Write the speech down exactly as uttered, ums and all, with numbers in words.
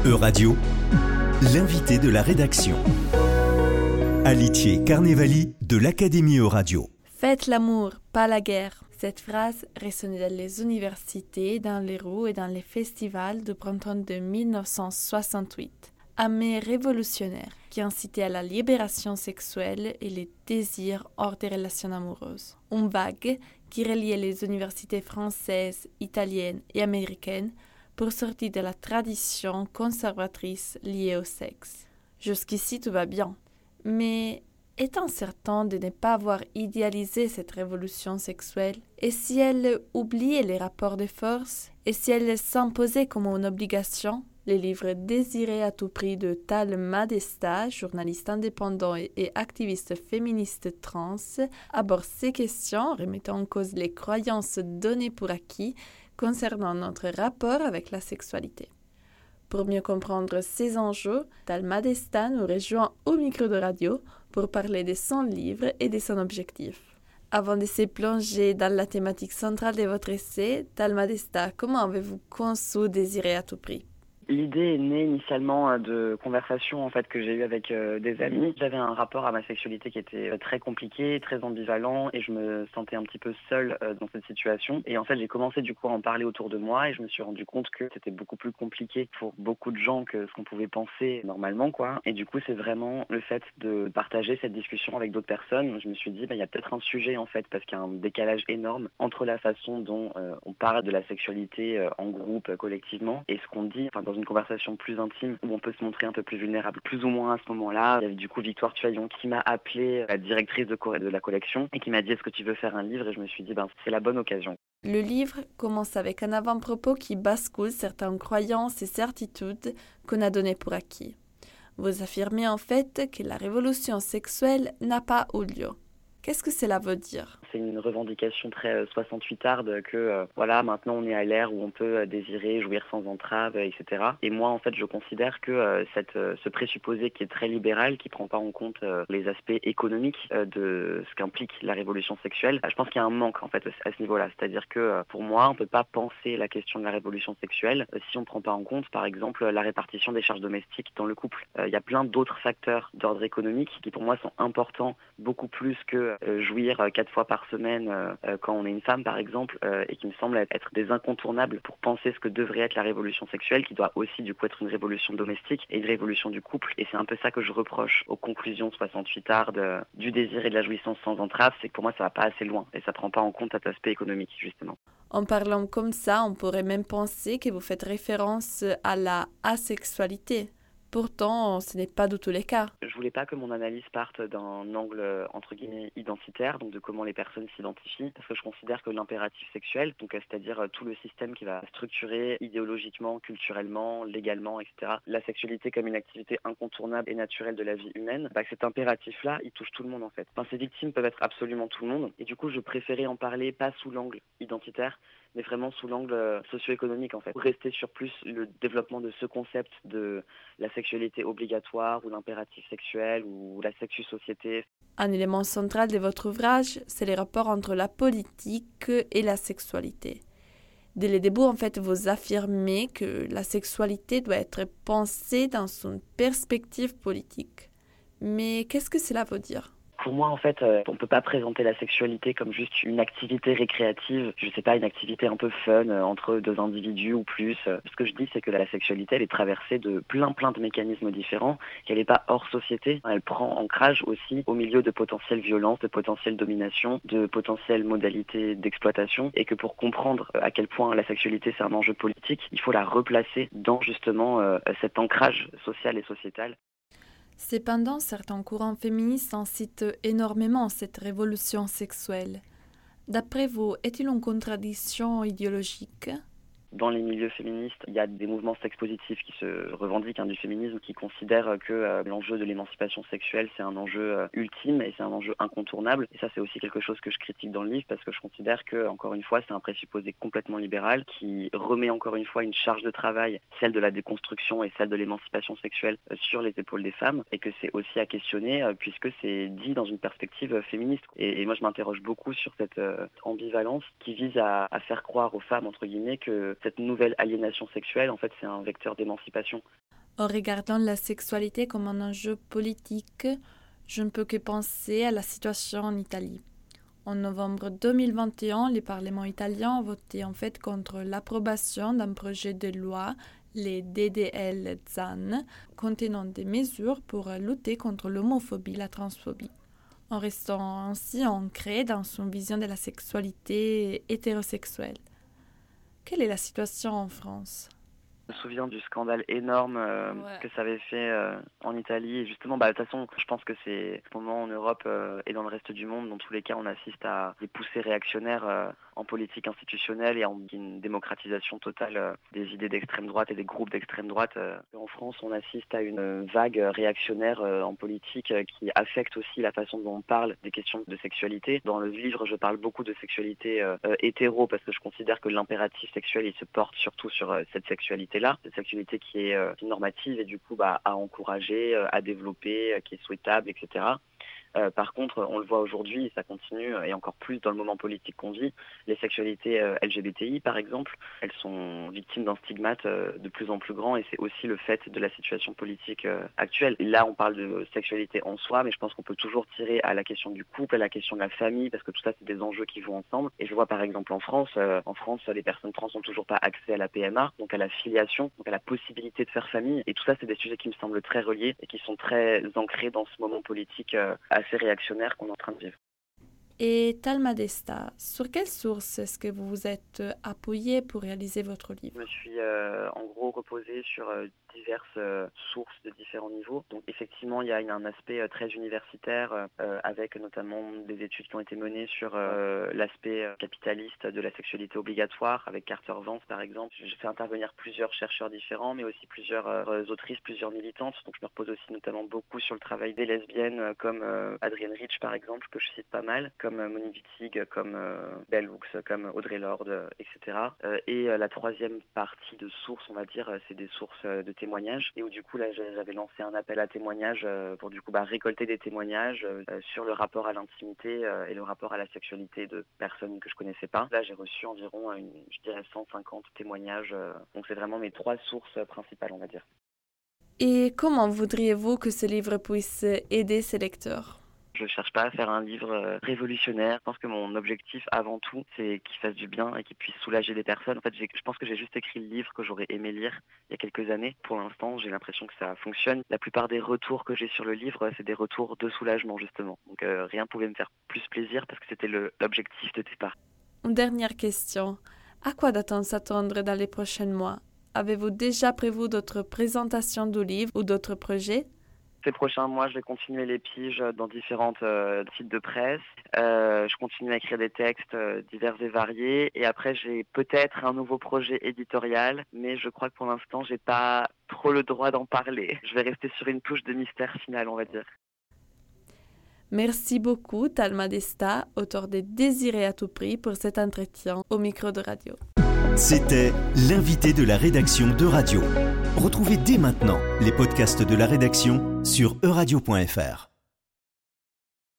E-Radio, l'invité de la rédaction. Alice Carnevali de l'Académie E-Radio. Faites l'amour, pas la guerre. Cette phrase résonnait dans les universités, dans les rues et dans les festivals du printemps de mille neuf cent soixante-huit. Un mot révolutionnaire qui incitait à la libération sexuelle et les désirs hors des relations amoureuses. Une vague qui reliait les universités françaises, italiennes et américaines pour sortir de la tradition conservatrice liée au sexe. Jusqu'ici, tout va bien. Mais est-on certain de ne pas avoir idéalisé cette révolution sexuelle? Et si elle oubliait les rapports de force? Et si elle s'imposait comme une obligation? Les livres désirés à tout prix de Tal Madesta, journaliste indépendant et activiste féministe trans, aborde ces questions, remettant en cause les croyances données pour acquis concernant notre rapport avec la sexualité. Pour mieux comprendre ces enjeux, Tal Madesta nous rejoint au micro de radio pour parler de son livre et de son objectif. Avant de se plonger dans la thématique centrale de votre essai, Tal Madesta, comment avez-vous conçu Désirer à tout prix? L'idée est née initialement de conversations en fait que j'ai eues avec euh, des amis. J'avais un rapport à ma sexualité qui était très compliqué, très ambivalent et je me sentais un petit peu seule euh, dans cette situation. Et en fait, j'ai commencé du coup à en parler autour de moi et je me suis rendu compte que c'était beaucoup plus compliqué pour beaucoup de gens que ce qu'on pouvait penser normalement, quoi. Et du coup, c'est vraiment le fait de partager cette discussion avec d'autres personnes. Je me suis dit, bah, il y a peut-être un sujet en fait parce qu'il y a un décalage énorme entre la façon dont euh, on parle de la sexualité euh, en groupe, euh, collectivement, et ce qu'on dit enfin, dans une conversation plus intime où on peut se montrer un peu plus vulnérable. Plus ou moins à ce moment-là, il y avait du coup Victoire Tuaillon qui m'a appelé, la directrice de, co- de la collection, et qui m'a dit est-ce que tu veux faire un livre? Et je me suis dit ben c'est la bonne occasion. Le livre commence avec un avant-propos qui bascule certaines croyances et certitudes qu'on a données pour acquis. Vous affirmez en fait que la révolution sexuelle n'a pas eu lieu. Qu'est-ce que cela veut dire? C'est une revendication très euh, soixante-huitarde que euh, voilà, maintenant on est à l'ère où on peut euh, désirer, jouir sans entrave, et cetera. Et moi en fait je considère que euh, cette, euh, ce présupposé qui est très libéral, qui prend pas en compte euh, les aspects économiques euh, de ce qu'implique la révolution sexuelle, je pense qu'il y a un manque en fait à ce niveau-là. C'est-à-dire que euh, pour moi on peut pas penser la question de la révolution sexuelle euh, si on prend pas en compte par exemple la répartition des charges domestiques dans le couple. Il euh, y a plein d'autres facteurs d'ordre économique qui pour moi sont importants beaucoup plus que Euh, jouir euh, quatre fois par semaine euh, quand on est une femme par exemple euh, et qui me semblent être des incontournables pour penser ce que devrait être la révolution sexuelle qui doit aussi du coup être une révolution domestique et une révolution du couple. Et c'est un peu ça que je reproche aux conclusions soixante-huitardes euh, du désir et de la jouissance sans entrave, c'est que pour moi ça va pas assez loin et ça prend pas en compte cet aspect économique justement. En parlant comme ça, on pourrait même penser que vous faites référence à la asexualité. Pourtant, ce n'est pas du tout le cas. Je voulais pas que mon analyse parte d'un angle entre guillemets identitaire, donc de comment les personnes s'identifient, parce que je considère que l'impératif sexuel, donc c'est-à-dire tout le système qui va structurer idéologiquement, culturellement, légalement, et cetera, la sexualité comme une activité incontournable et naturelle de la vie humaine, bah, cet impératif-là, il touche tout le monde en fait. Enfin, ces victimes peuvent être absolument tout le monde, et du coup, je préférais en parler pas sous l'angle identitaire, mais vraiment sous l'angle socio-économique en fait. Pour rester sur plus le développement de ce concept de la sexualité obligatoire ou l'impératif sexuel ou la sexu-société. Un élément central de votre ouvrage, c'est les rapports entre la politique et la sexualité. Dès le début, en fait, vous affirmez que la sexualité doit être pensée dans une perspective politique. Mais qu'est-ce que cela veut dire ? Pour moi, en fait, euh, on peut pas présenter la sexualité comme juste une activité récréative, je sais pas, une activité un peu fun euh, entre deux individus ou plus. Euh, ce que je dis, c'est que la sexualité, elle est traversée de plein plein de mécanismes différents, qu'elle n'est pas hors société. Elle prend ancrage aussi au milieu de potentielles violences, de potentielles dominations, de potentielles modalités d'exploitation, et que pour comprendre à quel point la sexualité c'est un enjeu politique, il faut la replacer dans justement euh, cet ancrage social et sociétal. Cependant, certains courants féministes incitent énormément cette révolution sexuelle. D'après vous, est-il une contradiction idéologique ? Dans les milieux féministes, il y a des mouvements sex-positifs qui se revendiquent hein, du féminisme, qui considèrent que euh, l'enjeu de l'émancipation sexuelle, c'est un enjeu euh, ultime et c'est un enjeu incontournable. Et ça, c'est aussi quelque chose que je critique dans le livre parce que je considère que, encore une fois, c'est un présupposé complètement libéral qui remet encore une fois une charge de travail, celle de la déconstruction et celle de l'émancipation sexuelle, euh, sur les épaules des femmes et que c'est aussi à questionner euh, puisque c'est dit dans une perspective euh, féministe. Et, et moi, je m'interroge beaucoup sur cette euh, ambivalence qui vise à, à faire croire aux femmes, entre guillemets, que cette nouvelle aliénation sexuelle, en fait, c'est un vecteur d'émancipation. En regardant la sexualité comme un enjeu politique, je ne peux que penser à la situation en Italie. En novembre deux mille vingt et un, le Parlement italien a voté en fait contre l'approbation d'un projet de loi, les D D L ZAN, contenant des mesures pour lutter contre l'homophobie et la transphobie, en restant ainsi ancré dans son vision de la sexualité hétérosexuelle. Quelle est la situation en France ? Je me souviens du scandale énorme euh, ouais. que ça avait fait euh, en Italie. Et justement, bah, de toute façon, je pense que c'est au moment en Europe euh, et dans le reste du monde, dans tous les cas, on assiste à des poussées réactionnaires euh, en politique institutionnelle et en une démocratisation totale euh, des idées d'extrême droite et des groupes d'extrême droite. Euh. En France, on assiste à une vague réactionnaire euh, en politique euh, qui affecte aussi la façon dont on parle des questions de sexualité. Dans le livre, je parle beaucoup de sexualité euh, hétéro parce que je considère que l'impératif sexuel, il se porte surtout sur euh, cette sexualité là, cette sexualité qui est euh, normative et du coup bah, à encourager, euh, à développer, euh, qui est souhaitable, et cetera. Euh, par contre, on le voit aujourd'hui, et ça continue, et encore plus dans le moment politique qu'on vit, les sexualités euh, L G B T I, par exemple, elles sont victimes d'un stigmate euh, de plus en plus grand, et c'est aussi le fait de la situation politique euh, actuelle. Et là, on parle de sexualité en soi, mais je pense qu'on peut toujours tirer à la question du couple, à la question de la famille, parce que tout ça, c'est des enjeux qui vont ensemble. Et je vois par exemple en France, euh, en France, les personnes trans n'ont toujours pas accès à la P M A, donc à la filiation, donc à la possibilité de faire famille. Et tout ça, c'est des sujets qui me semblent très reliés et qui sont très ancrés dans ce moment politique euh, assez réactionnaire qu'on est en train de vivre. Et Talma Desta, sur quelle source est-ce que vous vous êtes appuyé pour réaliser votre livre ? Je me suis euh, en gros reposé sur euh, diverses euh, sources de différents niveaux. Donc effectivement, il y a un aspect euh, très universitaire euh, avec notamment des études qui ont été menées sur euh, l'aspect capitaliste de la sexualité obligatoire avec Carter Vance par exemple. J'ai fait intervenir plusieurs chercheurs différents, mais aussi plusieurs euh, autrices, plusieurs militantes. Donc je me repose aussi notamment beaucoup sur le travail des lesbiennes euh, comme euh, Adrienne Rich par exemple, que je cite pas mal, comme euh, Monique Wittig, comme euh, Bell Hooks, comme Audre Lorde, euh, et cetera. Euh, et euh, la troisième partie de sources, on va dire, euh, c'est des sources euh, de témoignages. Et où du coup, là, j'avais lancé un appel à témoignages euh, pour du coup bah, récolter des témoignages euh, sur le rapport à l'intimité euh, et le rapport à la sexualité de personnes que je connaissais pas. Là, j'ai reçu environ, une, je dirais, cent cinquante témoignages. Euh, donc c'est vraiment mes trois sources principales, on va dire. Et comment voudriez-vous que ce livre puisse aider ses lecteurs ? Je ne cherche pas à faire un livre révolutionnaire. Je pense que mon objectif, avant tout, c'est qu'il fasse du bien et qu'il puisse soulager des personnes. En fait, j'ai, je pense que j'ai juste écrit le livre que j'aurais aimé lire il y a quelques années. Pour l'instant, j'ai l'impression que ça fonctionne. La plupart des retours que j'ai sur le livre, c'est des retours de soulagement, justement. Donc, euh, rien ne pouvait me faire plus plaisir parce que c'était le, l'objectif de départ. Une dernière question. À quoi doit-on s'attendre dans les prochains mois ? Avez-vous déjà prévu d'autres présentations du livre ou d'autres projets ? Ces prochains mois, je vais continuer les piges dans différentes euh, sites de presse. Euh, je continue à écrire des textes euh, divers et variés. Et après, j'ai peut-être un nouveau projet éditorial, mais je crois que pour l'instant, j'ai pas trop le droit d'en parler. Je vais rester sur une touche de mystère final, on va dire. Merci beaucoup, Talma Desta, auteur de Désirer à tout prix, pour cet entretien au micro de radio. C'était l'invité de la rédaction d'Euradio. Retrouvez dès maintenant les podcasts de la rédaction sur euradio point f r.